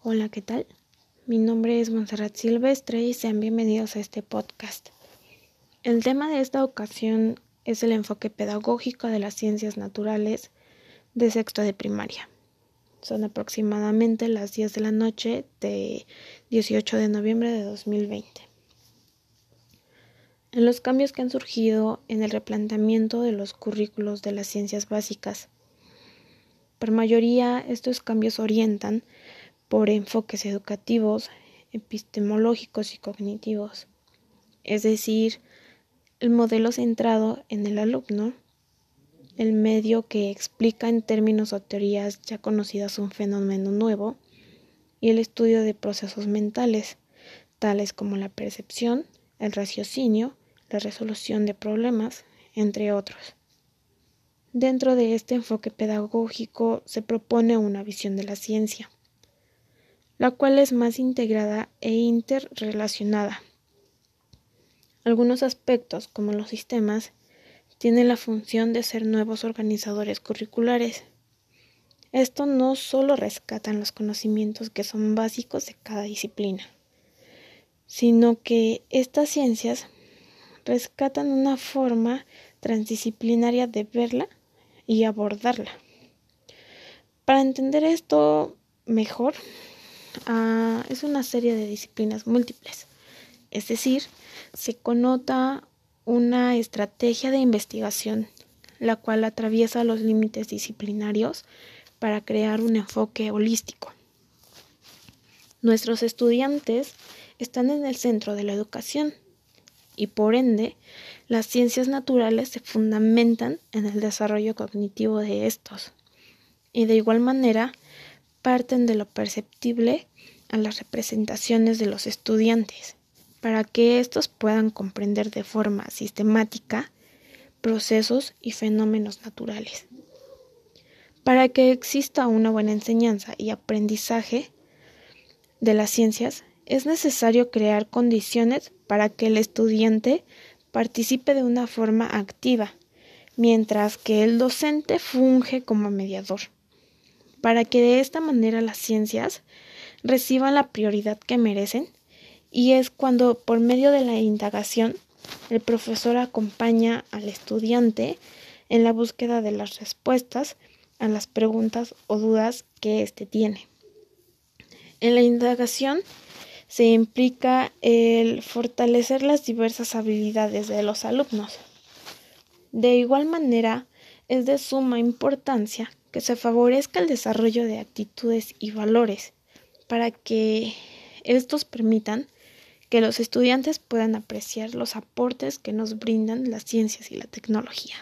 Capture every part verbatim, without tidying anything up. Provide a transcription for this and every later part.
Hola, ¿qué tal? Mi nombre es Montserrat Silvestre y sean bienvenidos a este podcast. El tema de esta ocasión es el enfoque pedagógico de las ciencias naturales de sexto de primaria. Son aproximadamente las diez de la noche de dieciocho de noviembre de dos mil veinte. En los cambios que han surgido en el replanteamiento de los currículos de las ciencias básicas, por mayoría estos cambios orientan por enfoques educativos, epistemológicos y cognitivos, es decir, el modelo centrado en el alumno, el medio que explica en términos o teorías ya conocidas un fenómeno nuevo, y el estudio de procesos mentales, tales como la percepción, el raciocinio, la resolución de problemas, entre otros. Dentro de este enfoque pedagógico se propone una visión de la ciencia, la cual es más integrada e interrelacionada. Algunos aspectos, como los sistemas, tienen la función de ser nuevos organizadores curriculares. Esto no solo rescatan los conocimientos que son básicos de cada disciplina, sino que estas ciencias rescatan una forma transdisciplinaria de verla y abordarla. Para entender esto mejor, Uh, es una serie de disciplinas múltiples, es decir, se connota una estrategia de investigación, la cual atraviesa los límites disciplinarios para crear un enfoque holístico. Nuestros estudiantes están en el centro de la educación y por ende, las ciencias naturales se fundamentan en el desarrollo cognitivo de estos y de igual manera parten de lo perceptible a las representaciones de los estudiantes, para que éstos puedan comprender de forma sistemática procesos y fenómenos naturales. Para que exista una buena enseñanza y aprendizaje de las ciencias, es necesario crear condiciones para que el estudiante participe de una forma activa, mientras que el docente funge como mediador, para que de esta manera las ciencias reciban la prioridad que merecen, y es cuando por medio de la indagación el profesor acompaña al estudiante en la búsqueda de las respuestas a las preguntas o dudas que éste tiene. En la indagación se implica el fortalecer las diversas habilidades de los alumnos. De igual manera, es de suma importancia que se favorezca el desarrollo de actitudes y valores para que estos permitan que los estudiantes puedan apreciar los aportes que nos brindan las ciencias y la tecnología.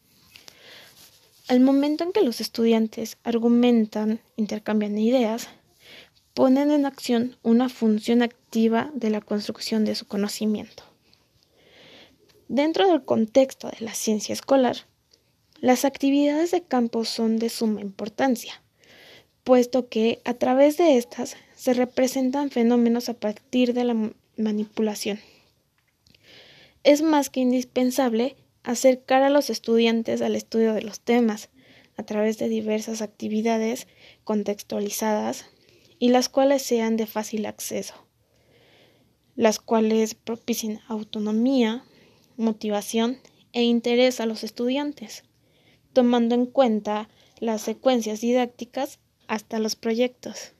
Al momento en que los estudiantes argumentan, intercambian ideas, ponen en acción una función activa de la construcción de su conocimiento. Dentro del contexto de la ciencia escolar, las actividades de campo son de suma importancia, puesto que a través de estas se representan fenómenos a partir de la manipulación. Es más que indispensable acercar a los estudiantes al estudio de los temas a través de diversas actividades contextualizadas y las cuales sean de fácil acceso, las cuales propicien autonomía, motivación e interés a los estudiantes, tomando en cuenta las secuencias didácticas hasta los proyectos.